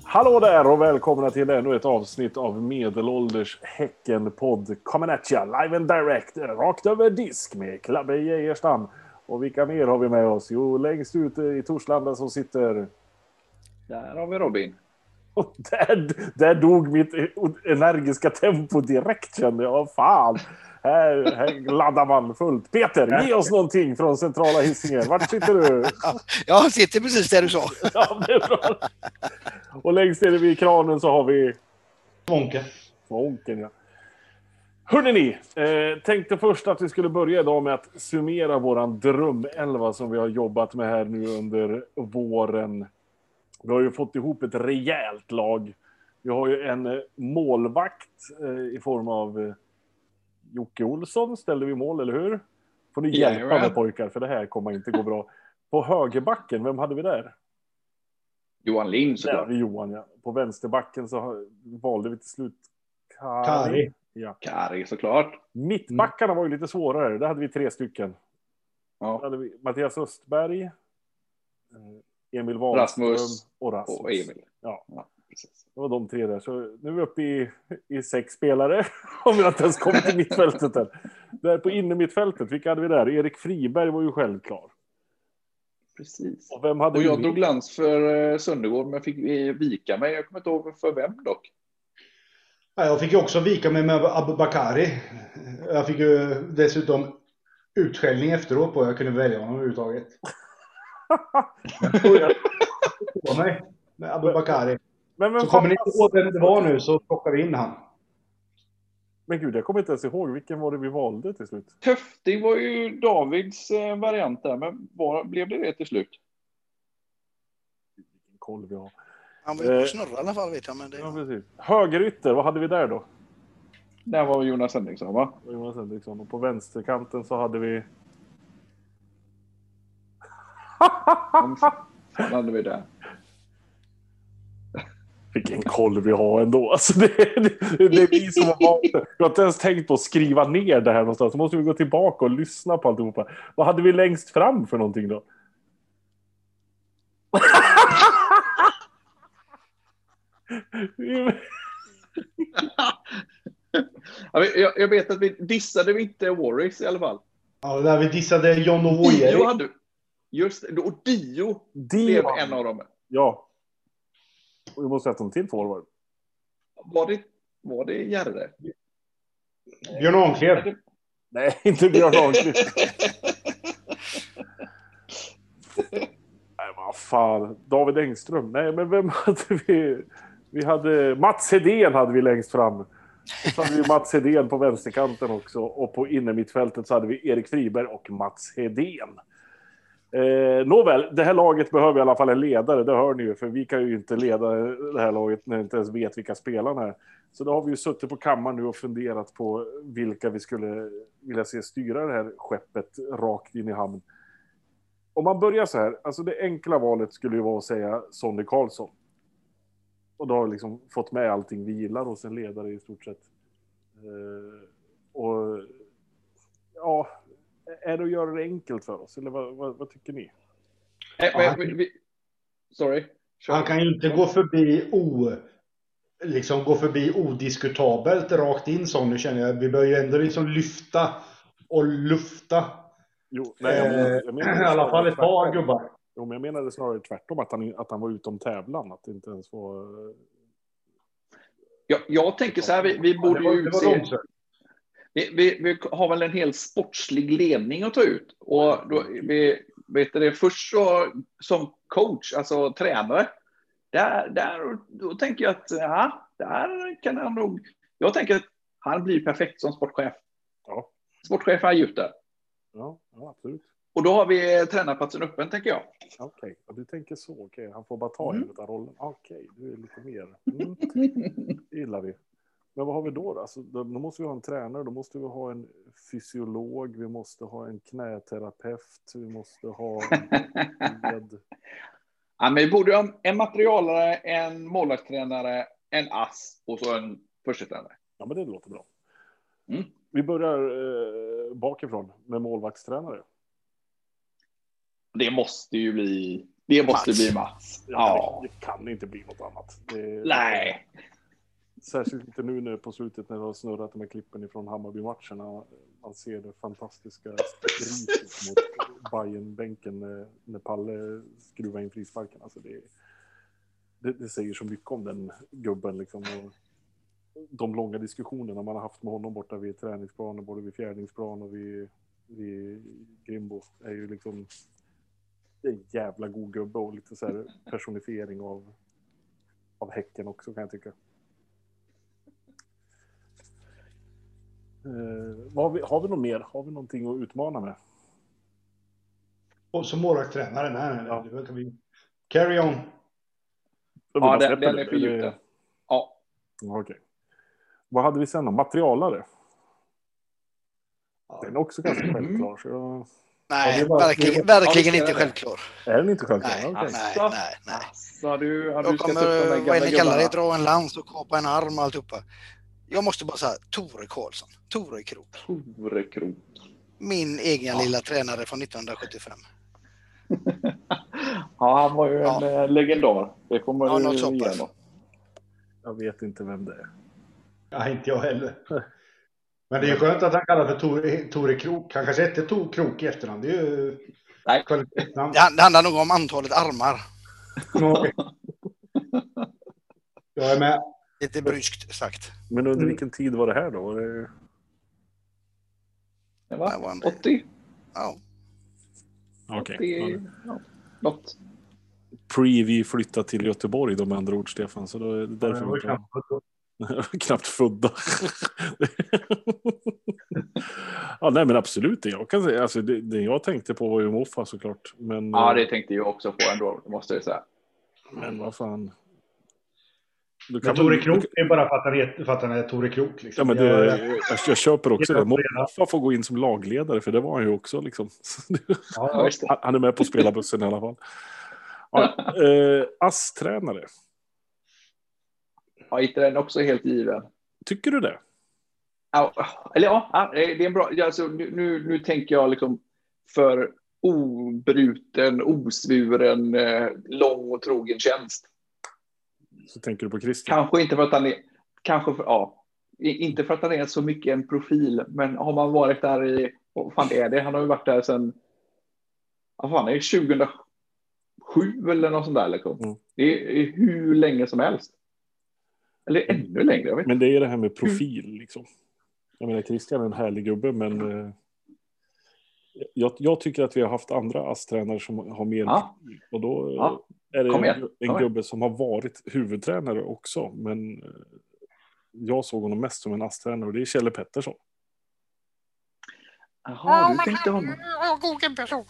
Hallå där och välkomna till ännu ett avsnitt av Medelålders Häcken-podd. Comenatia, live and direct, rakt över disk med Klabbe Geijerstam. Och vilka mer har vi med oss? Jo, längst ute i Torslanda som sitter... Där har vi Robin. Och där dog mitt energiska tempo direkt, kände jag. Fan, här laddar man fullt. Peter, ge oss någonting från centrala Hisingen. Vart sitter du? Jag sitter precis där du sa. Ja, det är bra. Och längst nere vid kranen så har vi... Svånken, ja. Hörrni, tänkte först att vi skulle börja idag med att summera våran drömelva som vi har jobbat med här nu under våren. Vi har ju fått ihop ett rejält lag. Vi har ju en målvakt i form av Jocke Olsson. Ställde vi mål, eller hur? Får ni hjälpa med, pojkar, för det här kommer inte gå bra. På högerbacken, vem hade vi där? Johan Lind, såklart. Där, Johan, ja. På vänsterbacken så valde vi till slut Kari. Ja. Kari, såklart. Mittbackarna var ju lite svårare. Där hade vi 3 stycken. Ja. Där hade vi Mattias Östberg, Emil Wahlström Rasmus och Rasmus. Och Emil. Ja. Precis. Det var de 3 där. Så nu är vi uppe i 6 spelare. Om vi inte ens kommit till mittfältet än. Där på innermittfältet, vilka hade vi där? Erik Friberg var ju självklar. Precis. Och vem hade och jag vi? drog lans för Söndergård, men fick vika mig. Jag kommer inte ihåg för vem dock. Ja, jag fick ju också vika mig med Abubakari. Jag fick ju dessutom utskällning efteråt på jag kunde välja honom överhuvudtaget. Jag på mig med Abubakari. Men så kommer ni inte ihåg vem det var nu, så plockar vi in han. Men gud, jag kommer inte ens ihåg vilken var det vi valde till slut. Töfting var ju Davids variant där, men blev det till slut? Vilken koll vi har. Han var ju på snurra i alla fall, vet jag. Men det... Ja, precis. Högerytter, vad hade vi där då? Där var Jonas Henriksson, va? Jonas Henriksson. Och på vänsterkanten så hade vi... Vad hade vi där? Vilken koll vi har ändå. Alltså det är vi som har valt det. Jag har inte ens tänkt på att skriva ner det här någonstans. Så måste vi gå tillbaka och lyssna på alltihopa. Vad hade vi längst fram för någonting då? Jag vet att vi dissade inte Warriors i alla fall. Ja, där vi dissade John och Dio hade... Just det, och Dio blev en av dem. Ja. Och vi måste sätta dem till forward. Var det Järre? Björn Anklev. Nej, inte Björn Anklev. Nej, vad fan. David Engström. Nej, men vem hade vi? Vi hade Mats Hedén hade vi längst fram. Och så hade vi Mats Hedén på vänsterkanten också. Och på innermittfältet så hade vi Erik Friberg och Mats Hedén. Nåväl, det här laget behöver i alla fall en ledare, det hör ni ju, för vi kan ju inte leda det här laget när vi inte ens vet vilka spelarna är. Så då har vi ju suttit på kammaren nu och funderat på vilka vi skulle vilja se styra det här skeppet rakt in i hamn. Om man börjar så här, alltså det enkla valet skulle ju vara att säga Sonny Karlsson. Och då har vi liksom fått med allting vi gillar hos en ledare i stort sett. Och ja... Är det att göra det enkelt för oss? Eller vad tycker ni? Sorry. Han kan ju inte gå förbi odiskutabelt rakt in så. Nu känner jag, vi bör ju ändå liksom lyfta och lufta. Jo, nej, jag menar i alla fall ett par gubbar. Jo, men jag menade snarare tvärtom att han var utom tävlan. Att det inte ens var... Jag tänker så här, vi borde ju utse... Vi har väl en hel sportslig ledning att ta ut. Och då, först så, som coach, alltså tränare, då tänker jag att där kan han nog... Jag tänker att han blir perfekt som sportchef. Ja. Sportchef är gjort där. Ja, absolut. Och då har vi tränarplatsen öppen, tänker jag. Okej, du tänker så. Okej, han får bara ta en av rollen. Okej, du är lite mer. Det gillar vi. Men vad har vi då? Alltså, då måste vi ha en tränare, då måste vi ha en fysiolog, vi måste ha en knäterapeut, vi måste ha Ja, men vi borde ha en materialare, en målvaktstränare, en ass och så en förstetränare. Ja, men det låter bra. Vi bakifrån med målvaktstränare. Det måste ju bli Det måste Mats. bli Mats. Ja. Det kan inte bli något annat. Nej. Särskilt inte nu när på slutet när det har snurrat de här klippen ifrån Hammarby-matcherna. Man ser det fantastiska skriket mot Bayern-bänken när Palle skruvar in frisparken. Alltså det säger så mycket om den gubben liksom. Och de långa diskussionerna man har haft med honom borta vid träningsplanen, både vid fjärdingsplan och vid Grimbo, är ju liksom en jävla god gubbe och lite så här personifiering av Häcken också, kan jag tycka. Har vi något mer? Har vi någonting att utmana med? Och som målvaktstränare, nej. Det kan vi... Carry on. Ja, den är för djup. Ja. Okej. Vad hade vi sen då? Materialare. Den är också ganska självklar. Så Nej, verkligen inte självklar. Är den inte självklar? Nej, Okay. nej. Så du Jag kommer, vad ni kallar det, dra en lans och kapa en arm och alltihopa. Jag måste bara säga Tore Karlsson. Tore Krook. Min egen lilla tränare från 1975. Ja, han var ju en legendar. Det får man ju igenom. Jag vet inte vem det är. Ja, inte jag heller. Men det är ju skönt att han kallar för Tore Krook. Han kanske hette Tore Krook i efterhand. Det är ju kvalitetsnamn. Det handlar nog om antalet armar. Jag är med. Lite bryskt sagt. Men under vilken tid var det här då? Det var 80. Ja. Okej. Något. Vi flyttade till Göteborg då, med andra ord, Stefan. Så då är det därför vi knappt födda. Ja, nej, men absolut. Jag kan säga, alltså, det jag tänkte på var ju Moffa såklart. Men, ja, det tänkte jag också på ändå, måste jag säga. Men vad fan. Men Tore Krook är bara för att han är Tore Krook. Liksom. Ja, men jag köper också det. Moffa får gå in som lagledare, för det var han ju också. Liksom. Ja, han är med på spelarbussen i alla fall. Ja, ASS-tränare. Ja, inte den också helt given. Tycker du det? Ja, eller ja, det är en bra. Alltså, nu tänker jag liksom för obruten, osvuren, lång och trogen tjänst. Så tänker du på Christian? Kanske inte för att han är, inte för att han är så mycket en profil, men har man varit där i, vad fan är det? Han har ju varit där sedan, vad fan är det, 2007 eller något sånt där liksom. Mm. Det är hur länge som helst. Eller ännu längre, jag vet. Men det är det här med profil liksom. Jag menar, Christian är en härlig gubbe, men jag tycker att vi har haft andra ASS-tränare som har mer profil. Och då är det en gubbe som har varit huvudtränare också. Men jag såg honom mest som en ASS-tränare, och det är Kjelle Pettersson. Jaha, du tänkte honom. God person.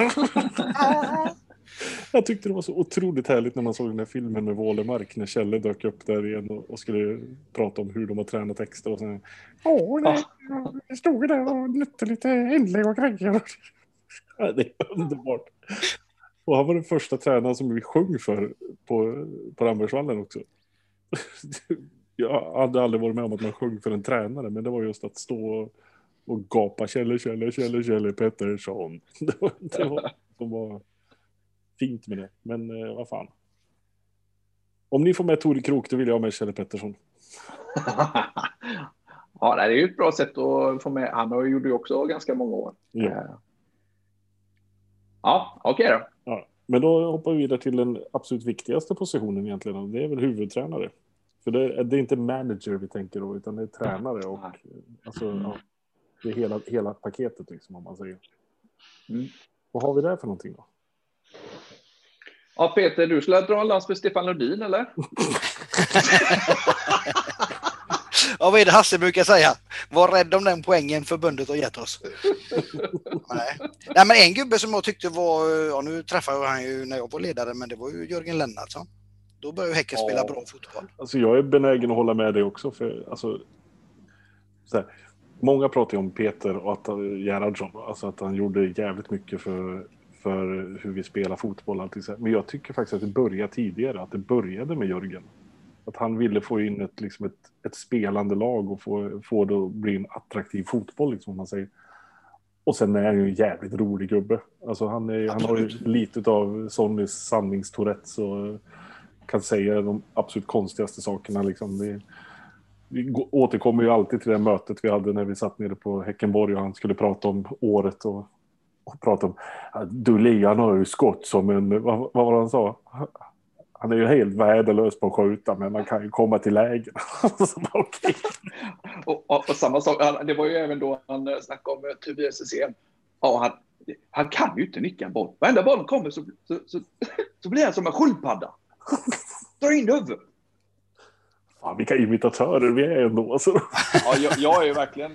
Jag tyckte det var så otroligt härligt när man såg den här filmen med Wålemark, när Kjelle dök upp där igen och skulle prata om hur de har tränat extra. Och sen, jag stod där och nötte lite inlägg och grejer. Ja, det är underbart. Och han var den första tränaren som vi sjöng för på Rambergsvallen också. Jag hade aldrig varit med om att man sjöng för en tränare, men det var just att stå och gapa Kjelle Pettersson. Det var fint med det, men vad fan. Om ni får med Tore Krook, då vill jag ha med Kjelle Pettersson. Ja, det är ju ett bra sätt att få med. Han har ju gjort det också ganska många år. Ja, okej då. Ja, men då hoppar vi vidare till den absolut viktigaste positionen egentligen. Det är väl huvudtränare. För det är inte manager vi tänker då, utan det är tränare. Och alltså, det är hela paketet liksom, om man säger. Vad har vi där för någonting då? Ja, Peter, du skulle dra en lans för Stefan Lundin, eller? Ja, vad är det Hasse brukar säga? Var rädd om den poängen förbundet har gett oss. Nej, men en gubbe som jag tyckte var, nu träffade han ju när jag var ledare, men det var ju Jörgen Lennartsson. Då började Häcken spela bra fotboll. Alltså jag är benägen att hålla med dig också, för alltså, så här, många pratar ju om Peter och att Gerhardsson, alltså att han gjorde jävligt mycket för hur vi spelar fotboll. Alltid så här. Men jag tycker faktiskt att det började tidigare, att det började med Jörgen. Att han ville få in ett spelande lag och få det att bli en attraktiv fotboll, liksom, man säger. Och sen är han ju en jävligt rolig gubbe. Alltså han har ju lite av Sonnys sanningstourette och kan säga de absolut konstigaste sakerna. Liksom. Vi återkommer ju alltid till det mötet vi hade när vi satt nere på Häckenborg och han skulle prata om året och prata om han har ju skott som en, vad var det han sa? Han är ju helt värdelös på att skjuta, men man kan ju komma till lägen. Okay. och samma sak, det var ju även då han snackade om Tobias Hysén. Ja, han kan ju inte nicka en boll. Varenda bollen kommer så blir han som en sköldpadda. Dra in huvudet. Fan, vilka imitatörer vi är ändå. Alltså. Ja, jag är ju verkligen...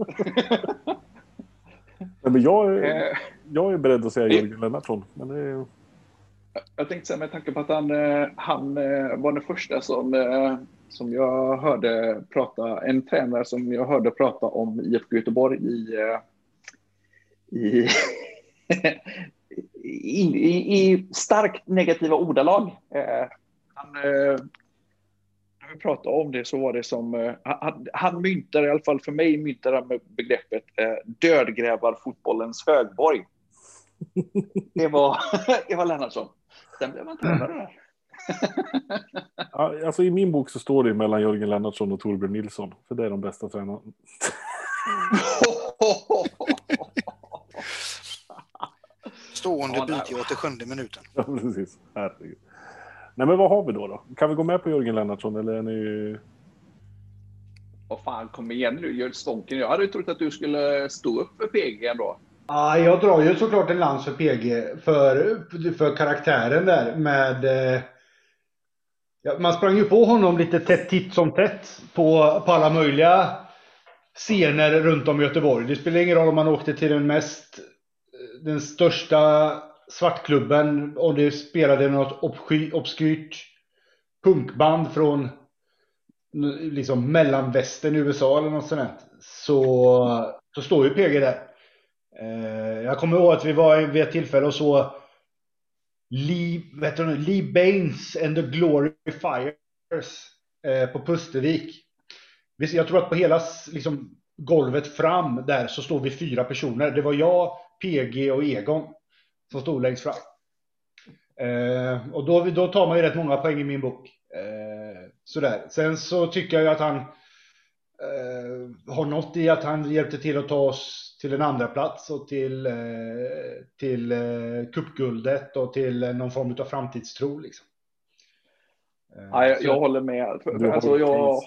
Men jag är beredd att säga Jörgen Lennartsson. Men det är... Jag tänkte säga med tanke på att han var den första som jag hörde prata, en tränare som jag hörde prata om IFK Göteborg i starkt negativa ordalag. När vi pratade om det så var det som han myntade, i alla fall för mig myntade med begreppet dödgrävarfotbollens högborg. Det var Lennartsson. Sen blev man tränare där. Ja, alltså i min bok så står det mellan Jörgen Lennartsson och Torbjörn Nilsson. För det är de bästa tränarna. Stående byte i 87:e minuten. Ja, precis. Herregud. Nej, men vad har vi då? Kan vi gå med på Jörgen Lennartsson eller är ni... Vad fan, kom igen nu, gör stånken. Jag hade ju trott att du skulle stå upp för PG ändå. Ja, jag drar ju såklart en lans för PG för karaktären där med... man sprang ju på honom lite titt som tätt på alla möjliga scener runt om i Göteborg. Det spelar ingen roll om man åkte till den största svartklubben och det spelade något obskyrt punkband från liksom mellanvästern i USA eller något sånt. Så står ju PG där. Jag kommer ihåg att vi var vid ett tillfälle och så Lee Baines and the Glory Fires på Pustervik. Jag tror att på hela liksom, golvet fram där så står vi 4 personer. Det var jag, PG och Egon som stod längst fram. Och då tar man ju rätt många poäng i min bok. Sådär. Sen så tycker jag att han har något i att han hjälpte till att ta oss till en andra plats och till cupguldet och till någon form av framtidstro liksom. Ja, jag håller med. Alltså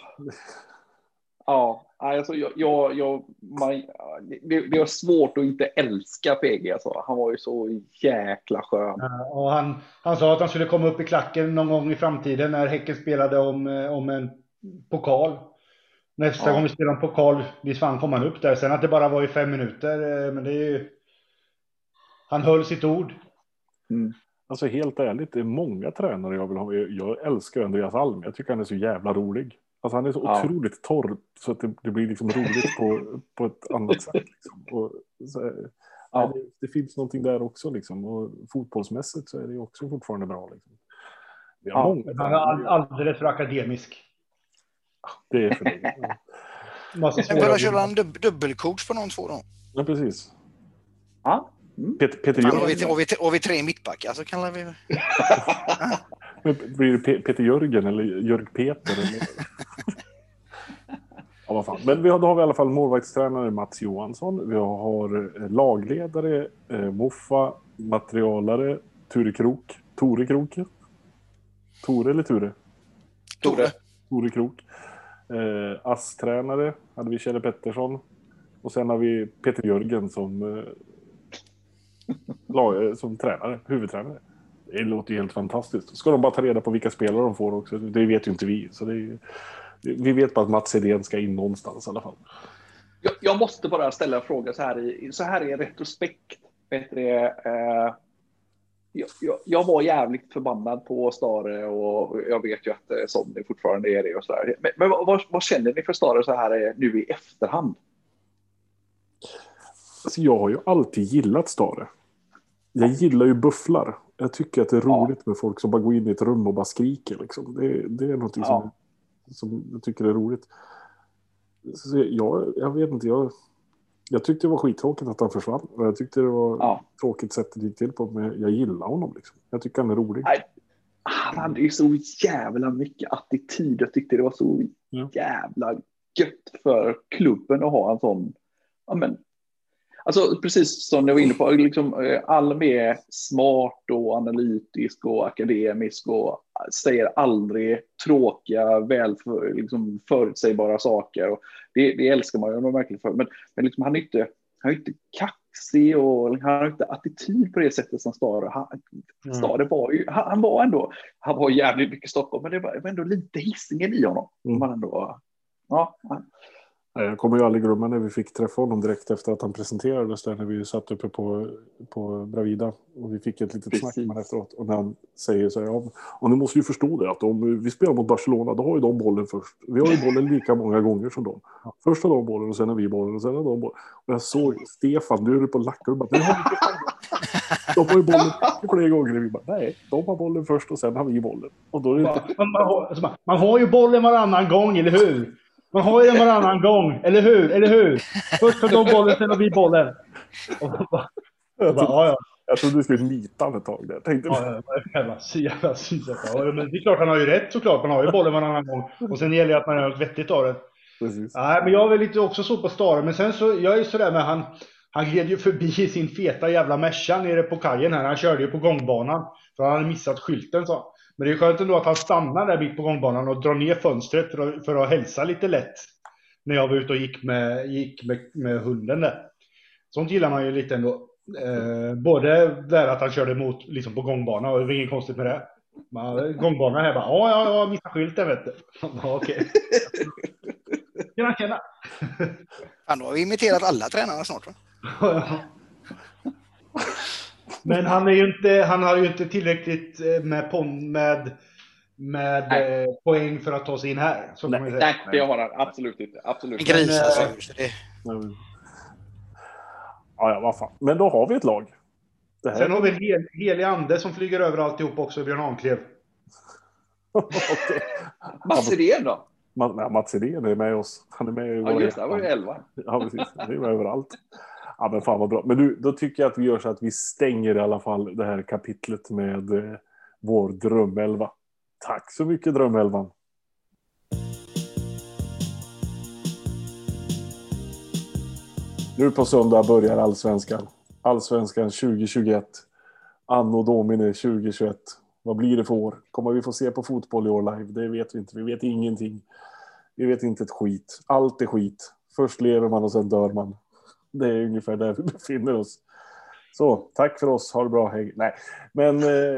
det var svårt att inte älska PG. Alltså. Han var ju så jäkla skön. Och han sa att han skulle komma upp i klacken någon gång i framtiden när Häcken spelade om en pokal. Nästa gång vi spelade en pokal, visst fan kom han upp där. Sen att det bara var i 5 minuter. Men det är ju... Han höll sitt ord. Mm. Alltså helt ärligt, det är många tränare jag vill ha. Jag älskar Andreas Alm. Jag tycker han är så jävla rolig. Alltså han är så otroligt torr så att det blir liksom roligt på ett annat sätt. Liksom. Och så, det finns någonting där också. Liksom. Och fotbollsmässigt så är det också fortfarande bra. Liksom. Han är alldeles för akademisk. Det är för det. Men börjar köra en dubbelcoach på någon 2 då? Ja, precis. Ja. Mm. Peter Jörgen. Och vi 3 mittbackar så kallar vi... Blir det Peter Jörgen eller Jörg Peter? Eller? Ja, vad fan. Men då har vi i alla fall målvaktstränare Mats Johansson. Vi har lagledare Moffa, materialare Tore Krok. Tore Krok. ASS-tränare hade vi Kjelle Pettersson. Och sen har vi Peter Jörgen som tränare, huvudtränare. Det låter ju helt fantastiskt. Ska de bara ta reda på vilka spelare de får också? Det vet ju inte vi. Så vi vet bara att Mats Hedén ska in någonstans i alla fall. Jag måste bara ställa en fråga så här i retrospekt. Jag var jävligt förbannad på Stare och jag vet ju att Sonny fortfarande är det och så där. Men vad känner ni för Stare så här nu i efterhand? Alltså jag har ju alltid gillat Stare. Jag gillar ju bufflar. Jag tycker att det är roligt med folk som bara går in i ett rum och bara skriker. Liksom. Det är något som jag tycker är roligt. Så jag vet inte. Jag tyckte det var skittråkigt att han försvann. Och jag tyckte det var tråkigt sätt det gick till på. Men jag gillar honom liksom. Jag tycker han är rolig. Nej, han hade ju så jävla mycket attityd. Jag tyckte det var så jävla gött för klubben att ha en sån. Ja, men, alltså precis som jag var inne på. Liksom, Alm är smart och analytisk och akademisk. Och säger aldrig tråkiga, liksom förutsägbara saker. Och det älskar man ju verkligen för. Men liksom, han är inte kaxig och han har inte attityd på det sättet som Stare. Stare var ju, han var jävligt mycket Stockholm, men det var ändå lite Hisingen i honom. Man ändå, Jag kommer ju aldrig glömma när vi fick träffa honom direkt efter att han presenterades där när vi satt uppe på Bravida och vi fick ett litet snack med efteråt och när han säger så här, och nu måste ju förstå det att om vi spelar mot Barcelona då har ju de bollen först. Vi har ju bollen lika många gånger som dem. Först har de bollen och sen har vi bollen och sen har de bollen. Och jag såg Stefan, du är på lackar och bara, de har ju bollen flera gånger och vi bara, nej, de har bollen först och sen har vi bollen. Och då är det inte... man har ju bollen varannan gång, eller hur? Man har ju den varannan gång, eller hur? Eller hur? Först har de bollen, sen har vi bollen. Jag trodde du skulle nita ett tag där. Tänkte men det är klart han har ju rätt såklart. Man har ju bollen varannan gång. Och sen gäller det att man har något vettigt av det. Precis. Nej, men jag är väl lite också så på Stare. Men sen så, jag är sådär med han gled ju förbi sin feta jävla Merca nere på kajen här. Han körde ju på gångbanan. För han hade missat skylten så. Men det är skönt ändå att han stannar där mitt på gångbanan och drar ner fönstret för att hälsa lite lätt. När jag var ute och gick med hunden där. Sånt gillar man ju lite ändå. Både där att han körde emot liksom på gångbanan och det var inget konstigt med det. Men gångbanan här bara, ja, missar skylten vet du. Okej. Tjena. Han har imiterat alla tränarna snart va? Men han har ju inte tillräckligt med poäng för att ta sig in här. Så nej, det har han absolut inte. Absolut. En gris alltså. Ja, vad fan. Men då har vi ett lag. Sen har vi en helig ande som flyger över alltihop också, Björn Anklev. Mats Edén då? Mats Edén är med oss. Han är med i våra just det, var ju 11. Ja, precis. Det är med överallt. Ja, men fan vad bra. Men då tycker jag att vi gör så att vi stänger i alla fall det här kapitlet med vår drömelva. Tack så mycket drömelvan. Nu på söndag börjar Allsvenskan. Allsvenskan 2021. Anno Domini 2021. Vad blir det för år? Kommer vi få se på fotboll i år live? Det vet vi inte. Vi vet ingenting. Vi vet inte ett skit. Allt är skit. Först lever man och sen dör man. Det är ungefär där vi befinner oss. Så, tack för oss. Ha det bra. Hej. Nej, men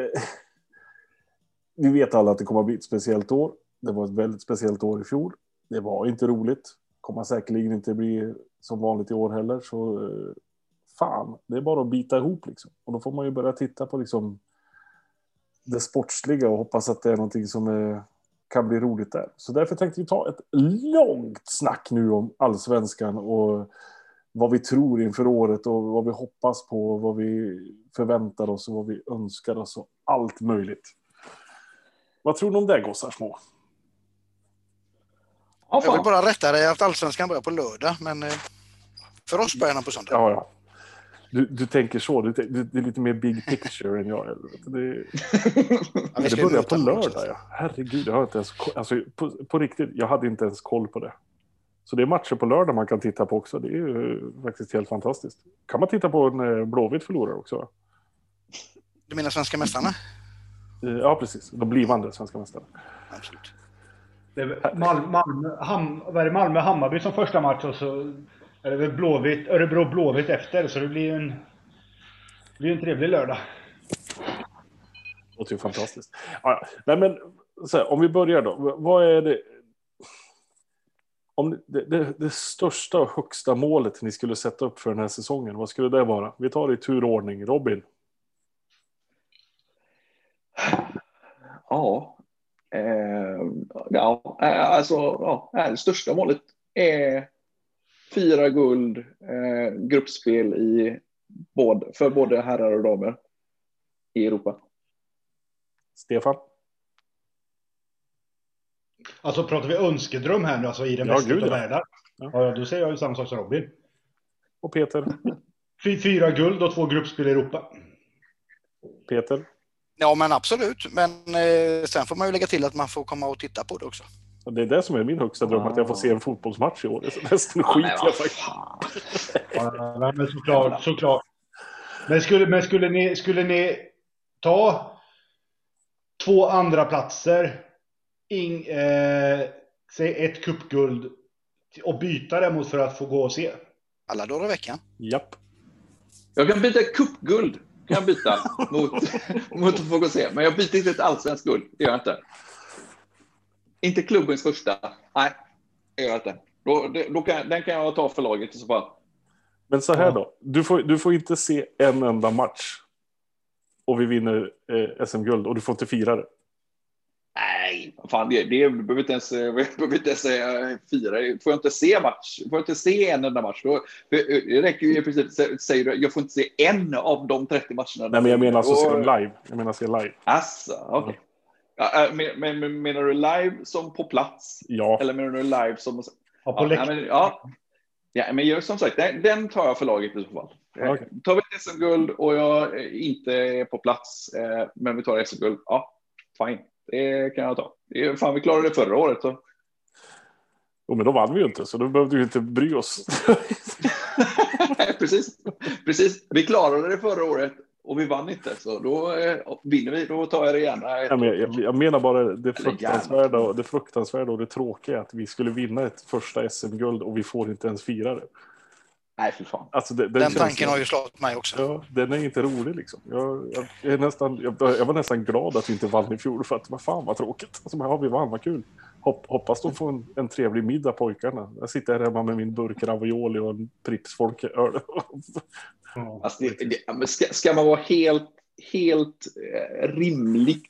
vi vet alla att det kommer att bli ett speciellt år. Det var ett väldigt speciellt år i fjol. Det var inte roligt. Kommer säkerligen inte bli som vanligt i år heller. Så fan, det är bara att bita ihop liksom. Och då får man ju börja titta på liksom det sportsliga och hoppas att det är någonting som kan bli roligt där. Så därför tänkte vi ta ett långt snack nu om Allsvenskan och vad vi tror inför året och vad vi hoppas på, vad vi förväntar oss och vad vi önskar oss och allt möjligt. Vad tror ni om det, gossar små? Jag vill bara rätta dig att Allsvenskan börjar på lördag, men för oss börjar den på söndag. Ja. Du tänker så. Det är lite mer big picture än jag. Det börjar på lördag, ja. Herregud, jag har inte ens alltså, på riktigt, jag hade inte ens koll på det. Så det är matcher på lördag man kan titta på också. Det är ju faktiskt helt fantastiskt. Kan man titta på en Blåvitt förlorar också? Du menar svenska mästarna? Ja, precis. De blivande svenska mästarna. Absolut. Det är Malmö Hammarby som första match och så är det väl Örebro Blåvitt efter, så det blir en trevlig lördag. Det låter ju fantastiskt. Ja. Nej, men så här, om vi börjar då. Vad är det om det största och högsta målet ni skulle sätta upp för den här säsongen? Vad skulle det vara? Vi tar det i turordning. Robin? Det största målet är 4 guld, gruppspel för både herrar och damer i Europa. Stefan? Alltså pratar vi önskedröm här nu, alltså i den bästa av världar? Ja, då säger jag ju samma sak som Robin. Och Peter? 4 guld och 2 gruppspel i Europa. Peter? Ja, men absolut. Men sen får man ju lägga till att man får komma och titta på det också. Det är det som är min högsta dröm, att jag får se en fotbollsmatch i år. Resten skiter jag faktiskt. Ja, men såklart. Men skulle ni ta 2 andra platser, säg 1 cupguld och byta det mot för att få gå och se? Alla dagar i veckan. Japp. Jag kan byta cupguld. Kan jag byta mot att få gå och se. Men jag byter inte ett allsvensk guld. Det gör jag inte. Inte klubbens första. Nej, det gör jag inte. Den kan jag ta för laget i så fall. Men så här då. Du får inte se en enda match. Och vi vinner SM-guld. Och du får inte fira det. Nej, fan, det behöver inte ens fira. Får jag inte se match? Får jag inte se en enda match? Det räcker ju i princip, säger du, jag får inte se en av de 30 matcherna. Nej, men jag menar alltså se live. Jag menar se live. Asså, okej. Okay. Ja, menar du live som på plats? Ja. Eller menar du live som... Ja, men som sagt, den tar jag för laget i så fall. Okay. Tar vi ett SM-guld och jag inte är på plats, men vi tar SM-guld, ja, fine. Det kan jag ta. Fan, vi klarade det förra året. Så. Jo, men då vann vi ju inte, så då behövde vi inte bry oss. Precis. Vi klarade det förra året och vi vann inte. Så då vinner vi, då tar jag det gärna. Jag menar bara det fruktansvärda och det tråkiga att vi skulle vinna ett första SM-guld och vi får inte ens fira det. Nej, för fan. Alltså, den tanken har ju slått mig också. Ja, den är inte rolig liksom. Jag var nästan glad att vi inte vann i fjol, för att vad fan vad tråkigt. Alltså, vi vann, vad kul. Hoppas de får en trevlig middag, pojkarna. Jag sitter här hemma med min burk ravioli och en Pripps folköl. Alltså, ska man vara helt rimlig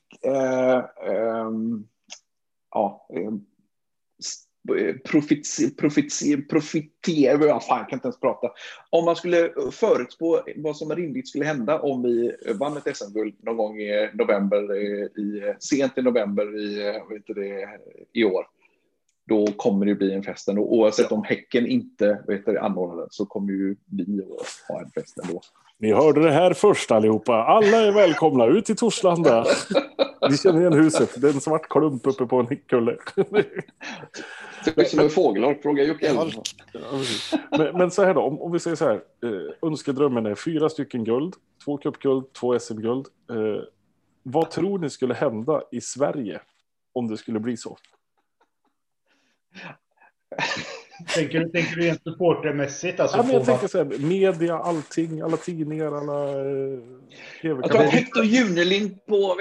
profitera, jag fan kan inte ens prata. Om man skulle förutspå vad som rimligt skulle hända om vi vann ett SM-guld någon gång i november, sent i november i år, då kommer det bli en fest ändå. Oavsett om Häcken inte anordnar, så kommer ju vi att ha en fest ändå. Ni hörde det här först allihopa. Alla är välkomna ut till Torslanda. Ni känner igen huset. Det är en svart klump uppe på en kulle. Det är som en fågelholk, fråga Jocke. Men så här då, om vi säger så här. Önskedrömmen är 4 stycken guld, 2 cupguld, 2 SM-guld. Vad tror ni skulle hända i Sverige om det skulle bli så? Tänker du rent supportermässigt? Alltså, ja, men jag tänker så här, media, allting, alla tidningar, alla TV-kanaler. Jag tror att Hector Junelind på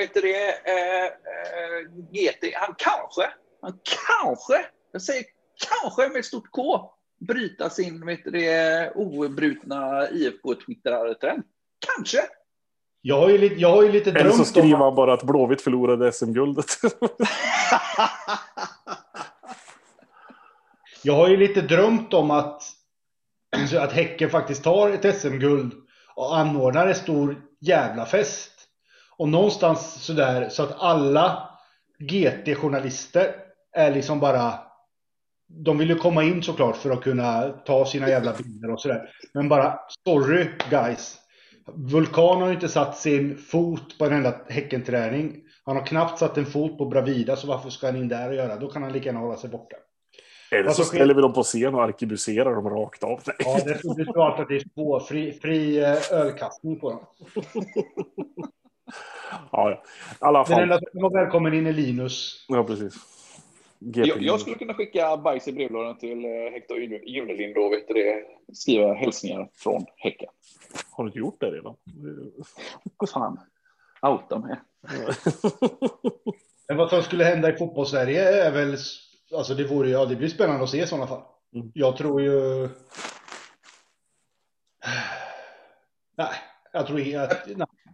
GT, han kanske, jag säger kanske med stort K, bryta sin obrutna IFK-twittrare-trend. Kanske. Jag har ju lite drömt om... Eller så skriver han bara att Blåvitt förlorade SM-guldet. Jag har ju lite drömt om att Häcken faktiskt tar ett SM-guld och anordnar en stor jävla fest. Och någonstans sådär, så att alla GT-journalister är liksom bara... De vill ju komma in såklart för att kunna ta sina jävla bilder och sådär. Men bara, sorry guys. Vulkan har ju inte satt sin fot på en enda Häckenträning. Han har knappt satt en fot på Bravida, så varför ska han in där och göra? Då kan han lika gärna hålla sig borta. Eller så ställer vi dem på scen och arkebuserar dem rakt av. Ja, det är klart att det är fri ölkastning på dem. Ja, i alla fall. Den enda som var välkommen in är Linus. Ja, precis. Jag skulle kunna skicka bajs i brevlådan till Hector Junelind och skriva hälsningar från Häcken. Har du inte gjort det redan? Vad fan? Outa med. Men vad som skulle hända i fotbollssverige är väl... Alltså det blir spännande att se i sådana fall. Jag tror ju... Nej, jag tror att...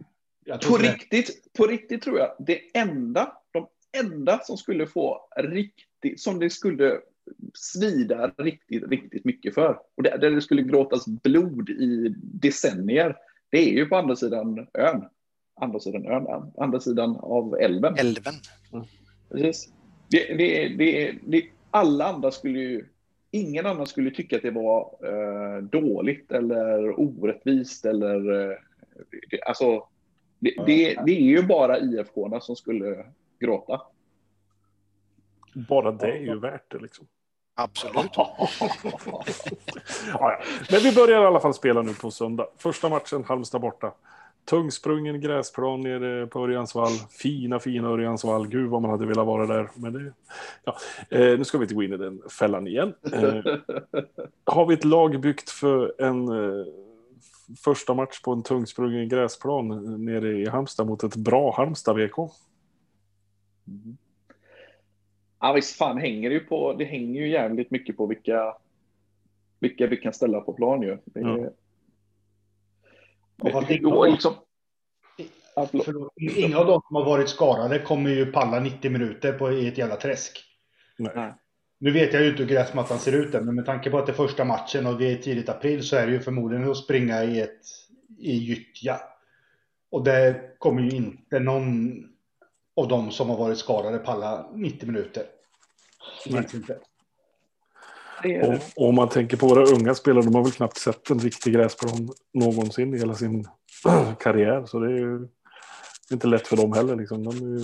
På riktigt tror jag de enda som skulle få riktigt, som det skulle svida riktigt mycket för, och där det skulle gråtas blod i decennier, det är ju på andra sidan av älven. Älven. Precis. Det alla andra skulle ju ingen annan skulle tycka att det var dåligt eller orättvist eller alltså det är ju bara IFK-arna som skulle gråta. Bara det är ju värt det liksom. Absolut. Ja. Men vi börjar i alla fall spela nu på söndag. Första matchen, Halmstad borta. Tungsprungen gräsplan nere på Örjansvall. Fina Örjansvall. Gud vad man hade velat vara där. Men det, ja. Nu ska vi inte gå in i den fällan igen. Har vi ett lag byggt för en första match på en tungsprungen gräsplan nere i Halmstad mot ett bra Halmstad VK? Ja, visst fan det hänger ju jävligt mycket på vilka vi kan ställa på plan ju. Inga av de som har varit skadade kommer ju palla 90 minuter i ett jävla träsk. Nej. Nu vet jag ju inte hur gräsmattan ser ut än, men med tanke på att det är första matchen och det är tidigt april så är det ju förmodligen att springa i gyttja. Och det kommer ju inte någon av de som har varit skadade palla 90 minuter. Inte. Och om man tänker på våra unga spelare, de har väl knappt sett en riktig gräsplan någonsin i hela sin karriär. Så det är ju inte lätt för dem heller. Liksom. De är ju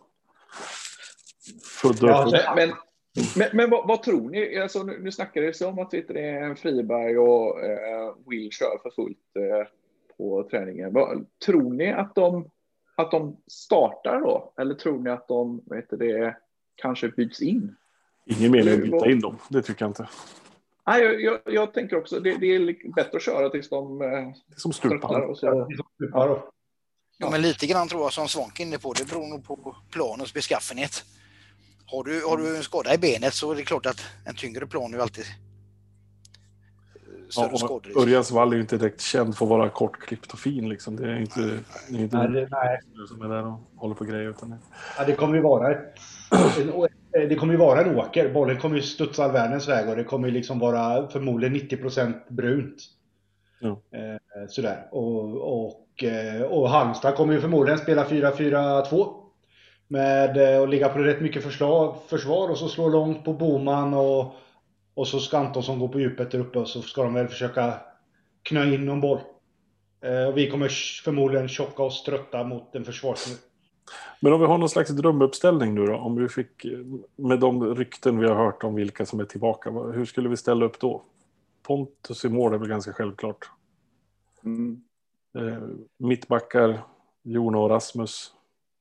födda upp. Men vad tror ni? Alltså, nu snackar det om att det är Friberg och Will kör för fullt på träningen. Tror ni att de startar då? Eller tror ni att de kanske byts in? Ingen mening att byta in dem, det tycker jag inte. Nej, jag tänker också det är bättre att köra tills de som stupar. Och så. Ja, men lite grann tror jag som Svank inne på. Det beror nog på planens beskaffenhet. Har du en skada i benet så är det klart att en tyngre plan är alltid större skador. Örjansvall är ju inte direkt känd för att vara kortklippt och fin. Liksom. Det är inte nej. Som är där och håller på grejer. Utan det kommer ju vara en åker. Bollen kommer ju studsa all världens väg och det kommer ju liksom vara förmodligen 90% brunt. Ja. Sådär. Och Halmstad kommer ju förmodligen spela 4-4-2 med att ligga på rätt mycket försvar och så slå långt på Boman och så ska Antonsson gå på djupet där uppe och så ska de väl försöka knö in någon boll. Och vi kommer förmodligen tjocka oss trötta mot en försvarsmur. Men om vi har någon slags drömuppställning nu då, om vi fick med de rykten vi har hört om vilka som är tillbaka, hur skulle vi ställa upp då? Pontus i mål är väl ganska självklart. Mittbackar, Jona och Rasmus.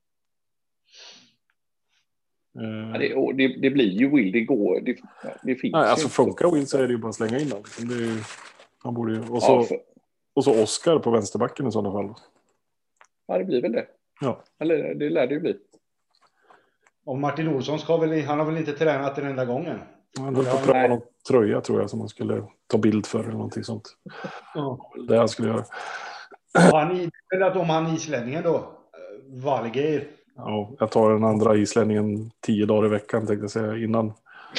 Det blir ju Will, det finns. Nej, alltså funkar Will så är det ju bara att slänga in liksom. Han borde ju, och så Oscar på vänsterbacken i sådana fall. Ja, det blir väl det. Ja. Eller det lär det ju bli. Och Martin Olsson han har väl inte tränat den enda gången. Han höll på att pröva någon tröja tror jag som man skulle ta bild för eller någonting sånt. Ja. Det han skulle göra. Om han islänningen då, Valgeir. Ja, jag tar den andra islänningen 10 dagar i veckan tänkte jag säga innan.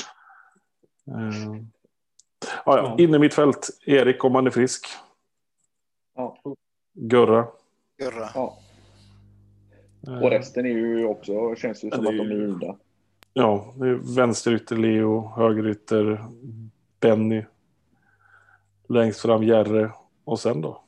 In i mitt fält, Erik om han är frisk. Ja. Görra. Ja. Och resten är ju också, känns ju som att de är ida. Ja, det är vänsterytter Leo, högerytter Benny, längst fram Järre och sen då?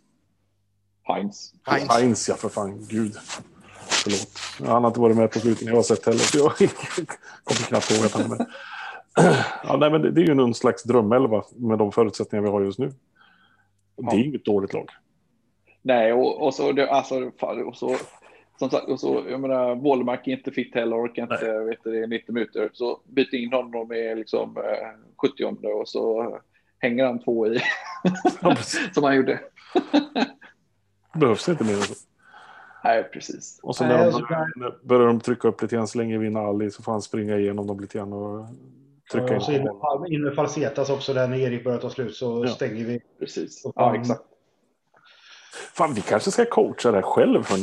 Heinz, ja för fan, gud. Förlåt. Han har inte varit med på slutet jag har sett heller. Så jag kommer knappt ihåg att han är med. Ja, nej, men det är ju någon slags drömelva med de förutsättningar vi har just nu. Det är inget dåligt lag. Nej, och så som sagt, och så jag menar Wålemark är inte fit heller, orkar inte 90 minuter, så byter in honom med liksom 70 och så hänger han 2 i som han gjorde. Behövs inte mer än så. Nej, precis. Och så när börjar de trycka upp lite grann, så länge vinner Ali så får han springa igenom dem lite grann och trycka in. Så in med Falsetas också där när Erik börjar ta slut så stänger vi. Precis. Ja, exakt. Fan, vi kanske ska coacha det här själv, hörni.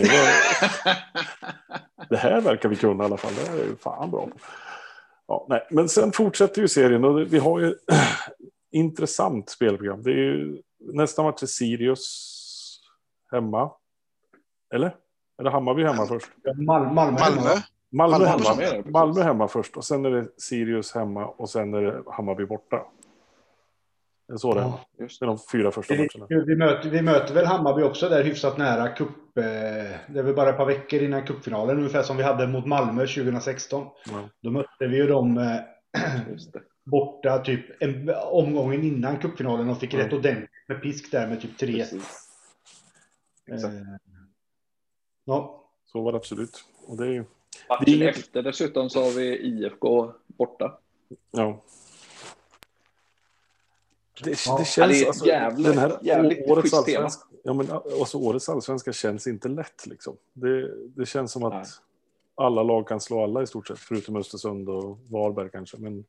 Det här verkar vi kunna i alla fall. Det är ju fan bra. Ja, nej. Men sen fortsätter ju serien och vi har ju intressant spelprogram. Det är ju nästa match är Sirius hemma. Eller Hammarby hemma först? Malmö hemma först och sen är det Sirius hemma och sen är det Hammarby borta. Så det. Just Det är de 4 första matcherna. Vi möter väl Hammarby också där hyfsat nära cup. Det är väl bara ett par veckor innan cupfinalen, ungefär som vi hade mot Malmö 2016. Ja. Då mötte vi ju dem borta typ omgången innan cupfinalen och fick rätt ordentligt med pisk där med typ 3. Ja. Så var det absolut. Och det är ju... Matchen efter dessutom så har vi IFK borta. Ja. Det känns det är alltså, den här årets allsvenska, men alltså, årets allsvenska känns inte lätt liksom. Det känns som att alla lag kan slå alla i stort sett, förutom Östersund och Varberg kanske, men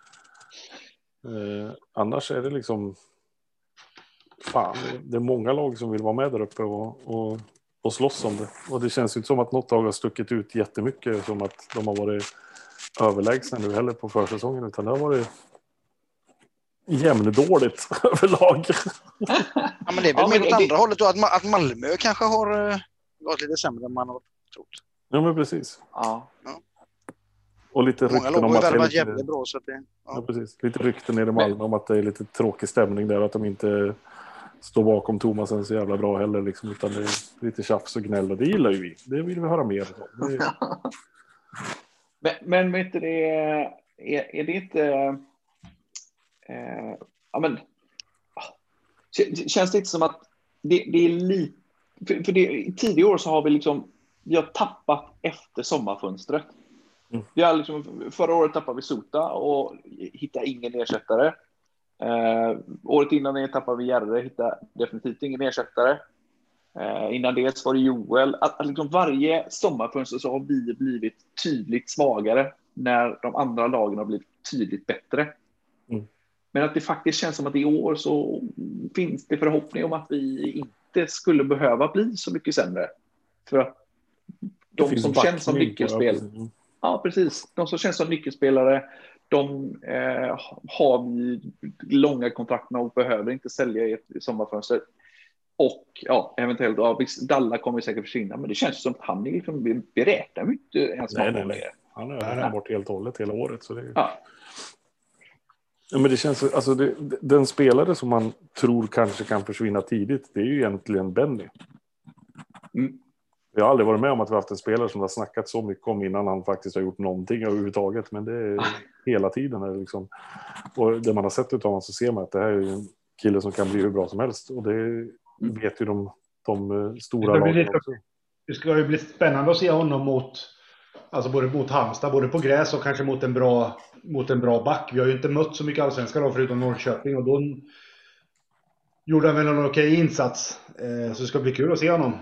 annars är det liksom fan, det är många lag som vill vara med där uppe och slåss om det. Och det känns ju inte som att något lag har stuckit ut jättemycket, som att de har varit överlägsna nu heller på försäsongen, utan det har varit jämndåligt överlag. Ja, men det är väl mer åt andra hållet då, att Malmö kanske har gått lite sämre än man har trott. Ja, men precis. Ja. Och lite många rykten om att det är lite... jävligt bra, så att det, ja, precis. Lite rykten nere i Malmö om att det är lite tråkig stämning där, att de inte står bakom Thomasen så jävla bra heller liksom, utan det är lite tjafs och gnäll, och det gillar ju vi. Det vill vi höra mer om. Men vet du, är det inte känns det inte som att det är lite, för det, i tidigare år så har vi har tappat efter sommarfönstret. Vi har förra året tappade vi Sota och hittade ingen ersättare. Året innan det tappade vi Järre, hittade definitivt ingen ersättare. Innan det var det Joel. Att varje sommarfönster så har vi blivit tydligt svagare när de andra lagen har blivit tydligt bättre. Men att det faktiskt känns som att i år så finns det förhoppning om att vi inte skulle behöva bli så mycket sämre. För att de som känns som nyckelspel... Ja, precis. De som känns som nyckelspelare, de har vi långa kontrakt med och behöver inte sälja i ett sommarfönster. Och eventuellt, visst, Dalla kommer säkert försvinna, men det känns som att han är beräknar inte ens. Nej. Han är bort helt och hållet hela året. Så det är... Ja, men det känns, alltså den spelare som man tror kanske kan försvinna tidigt, det är ju egentligen Benny. Jag har aldrig varit med om att vi har haft en spelare som har snackat så mycket om innan han faktiskt har gjort någonting överhuvudtaget, men det är hela tiden liksom. Och det man har sett utav honom, så ser man att det här är en kille som kan bli hur bra som helst, och det vet ju de stora lagen också. Det ska ju bli spännande att se honom både mot Halmstad, både på gräs och kanske mot en bra back. Vi har ju inte mött så mycket allsvenska då, förutom Norrköping, och då gjorde han väl en okej insats. Så det ska bli kul att se honom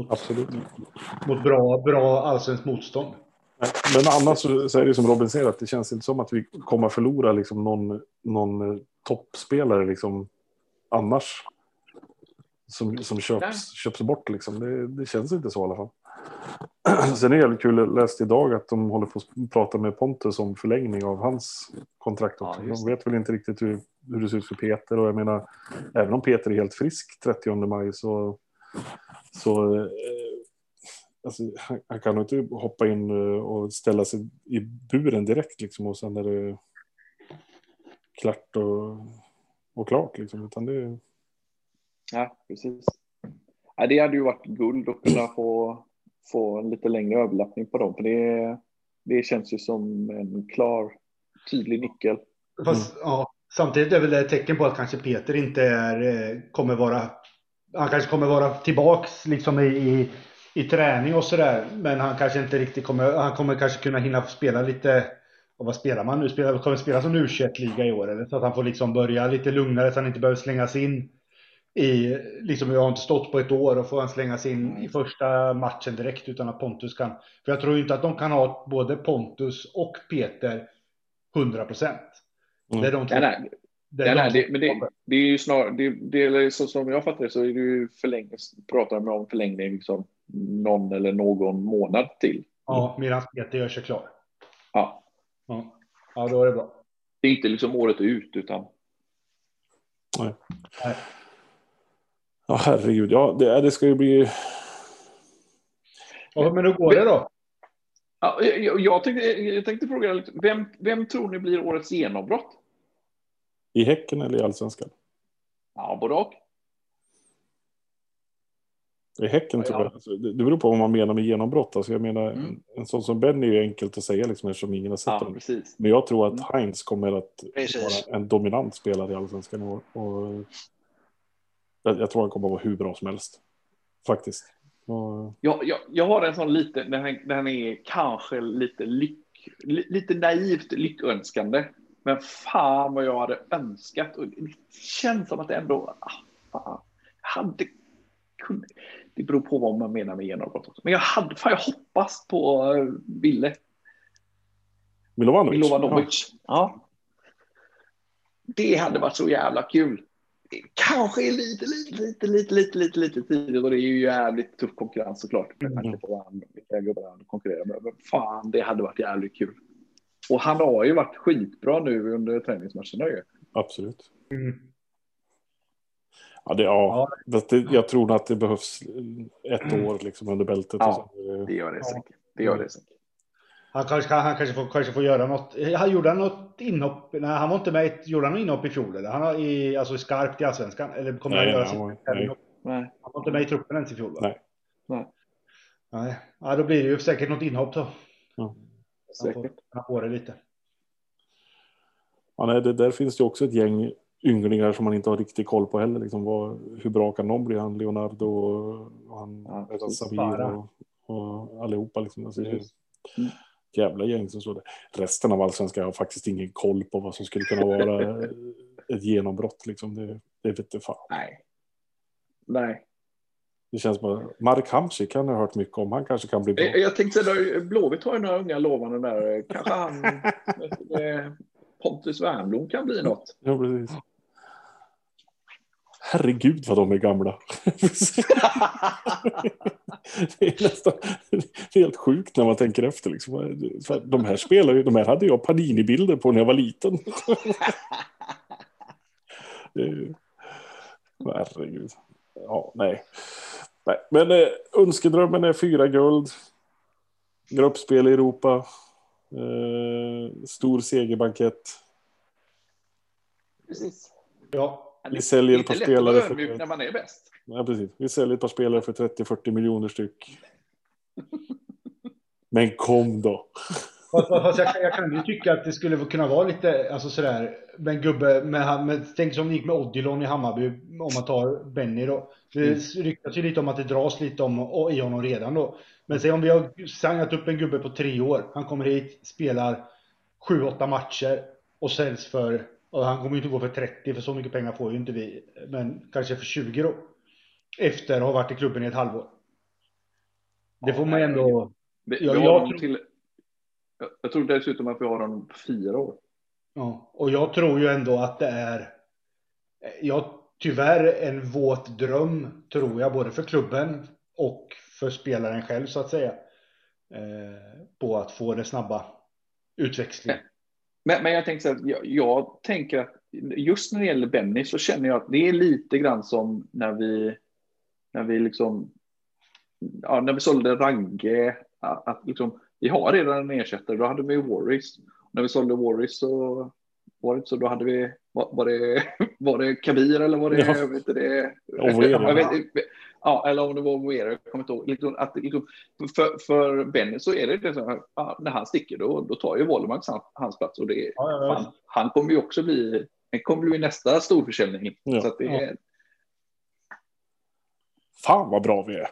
mot bra allsvensk motstånd. Men annars så är det som Robin säger, att det känns inte som att vi kommer förlora liksom någon toppspelare liksom annars som köps bort liksom. Det känns inte så i alla fall. Sen är det jävligt kul, jag läste idag att de håller på att prata med Pontus om förlängning av hans kontrakt också. De vet väl inte riktigt hur det ser ut för Peter, och jag menar, även om Peter är helt frisk 30 maj så alltså, han kan inte hoppa in och ställa sig i buren direkt liksom, och sen är det klart och klart liksom, utan det... Ja, precis. Ja, det hade ju varit guld att kunna få en lite längre överlappning på dem, för det känns ju som en klar, tydlig nyckel. Fast, samtidigt är väl det ett tecken på att kanske Peter inte kommer vara tillbaks liksom i träning och sådär, men han kanske inte riktigt han kommer kanske kunna hinna spela lite. Och vad spelar man nu? Kommer spela som U21-liga i år, eller så att han får liksom börja lite lugnare, så han inte behöver slängas in i, liksom, jag har inte stått på ett år, och får han slängas in i första matchen direkt, utan att Pontus kan, för jag tror inte att de kan ha både Pontus och Peter 100%. Det är de två. Det är ju snarare, det är så som jag fattar det, så är det ju pratar man om förlängning liksom någon eller någon månad till. Ja, medan Peter gör sig klar. Ja, då är det bra. Det är inte liksom året ut, utan... Nej. Ja, herregud. Ja, det ska ju bli... Ja, men hur går det då? Ja, jag tänkte fråga, vem tror ni blir årets genombrott? I Häcken eller i Allsvenskan? Ja, både och. I Häcken tror jag. Alltså, det beror på vad man menar med genombrott. Alltså, jag menar, en sån som Ben är ju enkelt att säga liksom, eftersom ingen har sett honom. Precis. Men jag tror att Heinz kommer att Precis. vara en dominant spelare i Allsvenskan i år. Och jag tror han kommer att vara hur bra som helst. Faktiskt. Och... Jag har en sån lite, den är kanske lite naivt lyckönskande. Men fan vad jag hade önskat. Och det känns som att det ändå... det beror på vad man menar med genombrott också. Men jag hoppas på Ville. Milovanovic. Ja. Det hade varit så jävla kul. Kanske lite tidigt, och det är ju jävligt tuff konkurrens såklart med tanke på vilka gubbar han konkurrerar med. Men fan, det hade varit jävligt kul. Och han har ju varit skitbra nu under träningsmatcherna ju. Absolut. Ja, jag tror att det behövs ett år liksom under bältet. Ja, det gör det säkert. Han kanske får göra något. Han gjorde något inhopp. Nej, han var inte med. Gjorde han inhopp i fjol? Eller? Han har i skarpt i Allsvenskan. Eller kommer han göra sitt? Nej. Han var inte med i truppen ens i fjol, va? Nej. Ja, då blir det ju säkert något inhopp då. Ja. Säkert. Han får det lite. Ja, nej, där finns det också ett gäng ynglingar som man inte har riktigt koll på heller. Liksom, hur bra kan de bli? Han Leonardo och han Samir och allihopa. Liksom. Alltså, jävla gäng som står där. Resten av Allsvenskan har faktiskt ingen koll på vad som skulle kunna vara ett genombrott. Liksom. Det vet inte fan. Nej. Det känns som att Mark Hamsik kan ha hört mycket om. Han kanske kan bli bra. Jag tänkte att Blåvitt har ju några unga lovande där. Kanske han Pontus Wernbloom kan bli något. Ja, precis. Herregud vad de är gamla. Det är nästan helt sjukt när man tänker efter. Liksom. De här hade jag Panini-bilder på när jag var liten. Herregud. Ja, nej. Men önskedrömmen är 4 guld. Gruppspel i Europa. Stor segerbankett. Precis. Ja. Vi säljer ett par spelare för när man är bäst. Ja, precis. Vi säljer ett par spelare för 30-40 miljoner styck. Men kom då. Fast jag kan ju tycka att det skulle kunna vara lite alltså sådär, men gubbe med tänk som det gick med Odilon i Hammarby om man tar Benny då. Det ryktas ju lite om att det dras lite om i honom redan då. Men säg om vi har signat upp en gubbe på 3 år. Han kommer hit, spelar 7-8 matcher och säljs för, och han kommer ju inte gå för 30 för så mycket pengar får ju inte vi, men kanske för 20 då. Efter att ha varit i klubben i ett halvår. Det får man ändå... Jag tror dessutom att vi har honom på 4 år. Ja, och jag tror ju ändå att det är tyvärr en våt dröm, tror jag, både för klubben och för spelaren själv så att säga, på att få det snabba utväxling. Men jag tänker så här, jag tänker att just när det gäller Benny så känner jag att det är lite grann som när vi liksom, ja, när vi sålde Range, att liksom, vi har redan en ersättare, då hade vi Warris. När vi sålde Warris så var det så, då hade vi, var det Kabir eller var det, jag vet inte det. Ja, eller om det var Weir, jag kommer inte ihåg. Liksom, att, liksom, för Benny så är det så här, när han sticker då tar ju Wålemark hans plats, och det fan, han kommer ju också bli nästa storförsäljning. Ja. Så att det är... Fan vad bra vi är.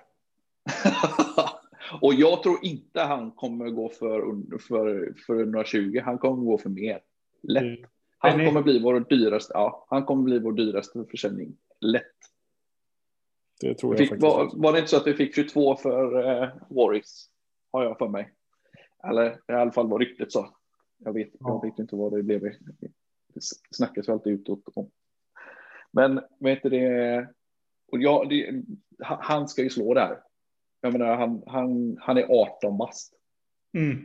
Och jag tror inte han kommer gå för 120. Han kommer gå för mer. Lätt. Han kommer bli vår dyraste. Ja, han kommer bli vår dyraste försäljning. Lätt. Det tror jag faktiskt. Var det inte så att vi fick 22 för Warris? Har jag för mig. Eller i alla fall var ryktet så. Jag vet inte vad det blev. Det snackas väl alltid utåt om. Men vet du det? Och han ska ju slå där. Jag menar, han är 18 bast. Mm.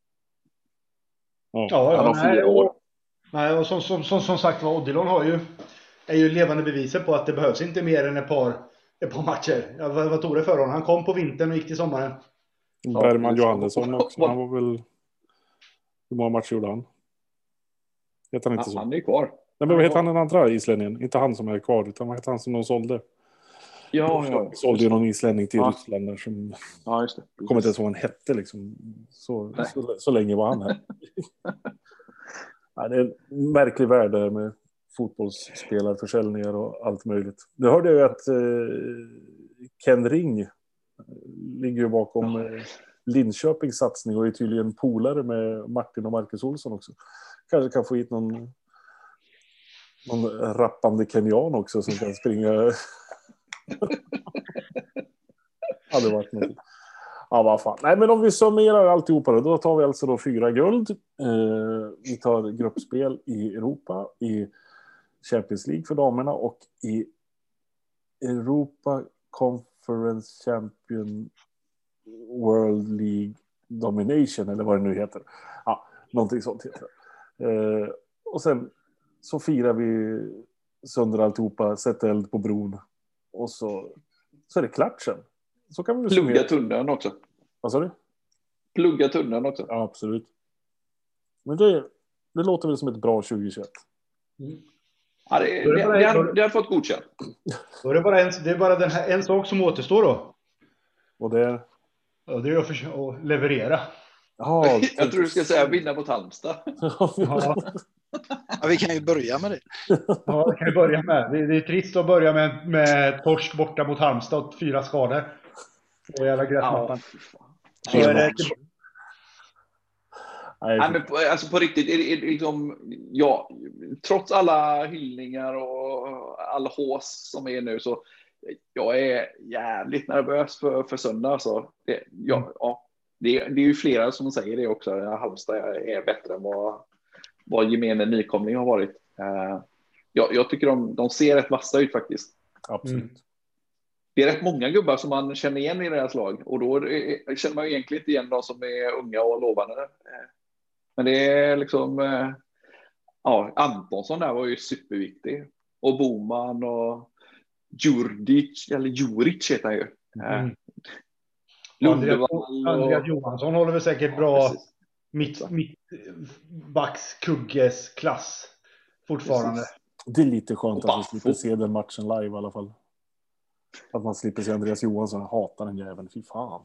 Ja, han har 4 år. Nej, och som sagt var, Odilon är ju levande beviset på att det behövs inte mer än ett par matcher. Vad tog det för honom? Han kom på vintern och gick till sommaren. Bergman Johannesson också. Han var väl... Hur många matcher gjorde han? Heter han inte så? Han är kvar. Nej, men vad heter han den andra islänningen? Inte han som är kvar, utan vad heter han som de sålde? Ja. Sålde ju någon islänning till Ryssland där som... Ja, just det. Kommer inte ens ihåg vad han hette liksom. Så länge var han här. Ja, det är en märklig värld där med fotbollsspelarförsäljningar och allt möjligt. Nu hörde jag ju att Ken Ring ligger ju bakom Linköpings satsning och är tydligen polare med Martin och Marcus Olsson också. Kanske kan få hit någon rappande kenyan också som kan springa. Hade varit något. Ja, vad fan. Nej, men om vi summerar alltihopa då tar vi alltså 4 guld. Vi tar gruppspel i Europa, i Champions League för damerna och i Europa Conference Champion World League Domination eller vad det nu heter. Ja, någonting sånt heter det. Och sen så firar vi sönder alltihopa, sätter eld på bron och så är det klart sen. Så kan vi plugga tunneln också. Vad sa du? Plugga tunneln också. Ja, absolut. Men det låter väl som ett bra 2021. Ja, det har fått godkänt. Då är det bara en sak som återstår då. Och det är? Ja, det är att leverera. Ja, jag tror du ska säga vinna mot Halmstad. Ja. Ja, vi kan ju börja med det. Ja, det kan vi börja med. Det är trist att börja med torsk borta mot Halmstad och 4 skador. Och jävla gräsmattan. Nej, men alltså på riktigt liksom, ja, trots alla hyllningar och all hås som är nu så jag är jävligt nervös för söndag alltså. Det är ju flera som säger det också. Halmstad är bättre än vad gemene nykomling har varit. Jag tycker de ser rätt vassa ut faktiskt. Absolut. Det är rätt många gubbar som man känner igen i deras lag. Och då känner man ju egentligen inte igen de som är unga och lovande. Men det är liksom... Antonsson där var ju superviktig. Och Boman och Juric heter han ju. Andreas Johansson håller väl säkert bra mittbackskugges klass fortfarande. Precis. Det är lite skönt att vi slipper se den matchen live i alla fall. Att man slipper se Andreas Johansson. Jag hatar den jäveln, fy fan.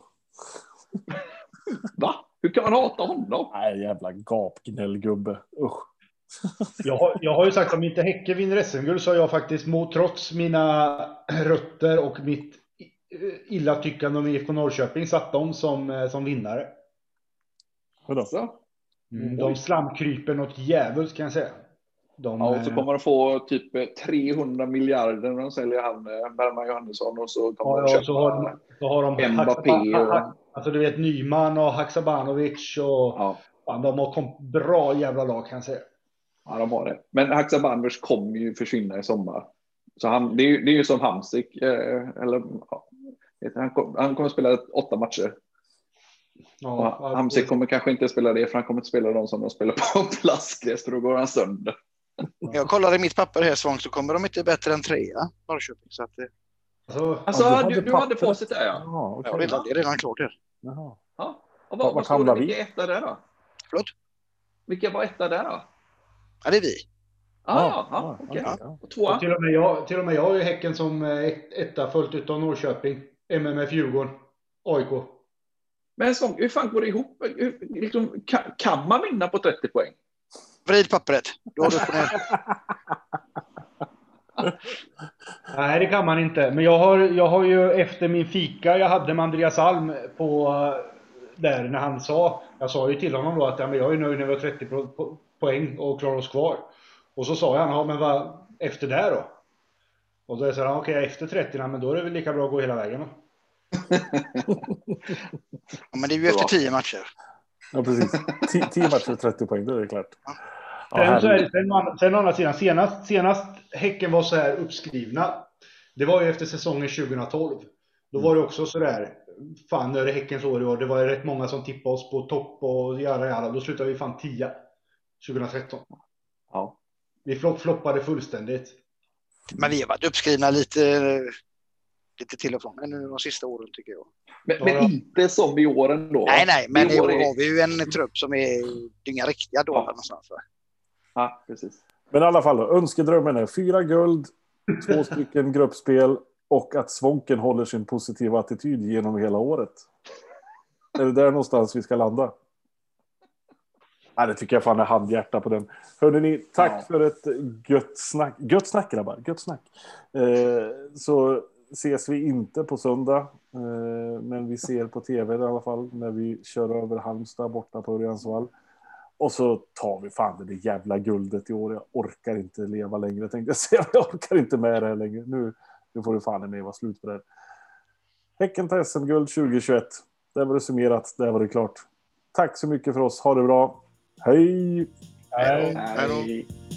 Va? Hur kan man hata honom? Nej, jävla gapgnällgubbe. Usch. Jag har ju sagt att om inte Häcken vinner SM-guld så har jag faktiskt trots mina rötter och mitt illa tyckande om IFK Norrköping satt dem som vinnare. Vadå? De slamkryper något jävult kan jag säga. Och så kommer de få typ 300 miljarder när de säljer han Bergman Johannesson och så kommer de köpa så har de Mbappé alltså du vet Nyman och Haksabanovic och de har bra jävla lag kan jag säga. Ja, de har det. Men Haksabanovic kommer ju försvinna i sommar. Så det är ju som Hamsik han kommer spela 8 matcher. Hamsik kommer kanske inte spela det för han kommer inte spela de som de spelar på plastgräs för då går han sönder. Jag kollade mitt papper här Svång så kommer de inte bättre än 3 Norrköping så att du hade facit där ja. Okay. Det är redan klart här. Jaha. Ja. Och vad står det? Vilka etta där då? Förlåt? Vilka var etta där då? Ja, det är vi. Okej. Och till och med jag har ju Häcken som etta följt utav Norrköping, MMF Djurgården, AIK. Men hur fan går det ihop? Liksom, kan man vinna på 30 poäng? Vrid pappret. Då har du upp och ner. Nej, det kan man inte. Men jag har ju efter min fika jag hade med Andreas Alm på där när han jag sa ju till honom då att jag är nöjd när vi har 30 poäng och klarar oss kvar. Och så sa han, men vad efter det då? Och då sa han, okej, efter 30 men då är det väl lika bra att gå hela vägen då. Ja, men det är ju efter 10 matcher. Ja, precis. 10 matcher 30 poäng, då är det klart. Sen å andra sidan, senast Häcken var så här uppskrivna, det var ju efter säsongen 2012. Då var det också så där, fan nu är det Häckens år i år. Det var rätt många som tippade oss på topp och jara. Då slutade vi fan 10 2013. Ja. Vi floppade fullständigt. Men vi har varit uppskrivna lite till och från nu de sista åren tycker jag. Men inte som i åren då? Nej, men i år har vi ju en trupp som är inga riktiga dårar någonstans. Ja, precis. Men i alla fall, önskedrömmen är 4 guld, 2 stycken gruppspel och att Svånken håller sin positiva attityd genom hela året. Är det där någonstans vi ska landa? Ja, det tycker jag fan är handhjärta på den. Hörde ni, tack för ett gött snack. Gött snack, grabbar. Gött snack. Så ses vi inte på söndag. Men vi ser på tv i alla fall när vi kör över Halmstad borta på Örjansvall. Och så tar vi fan det jävla guldet i år. Jag orkar inte leva längre, tänkte jag säga. Jag orkar inte med det här längre. Nu får det fan med vara slut på det här. Häcken tar SM-guld 2021. Där var det summerat. Där var det klart. Tack så mycket för oss. Ha det bra. Hej! Hej då.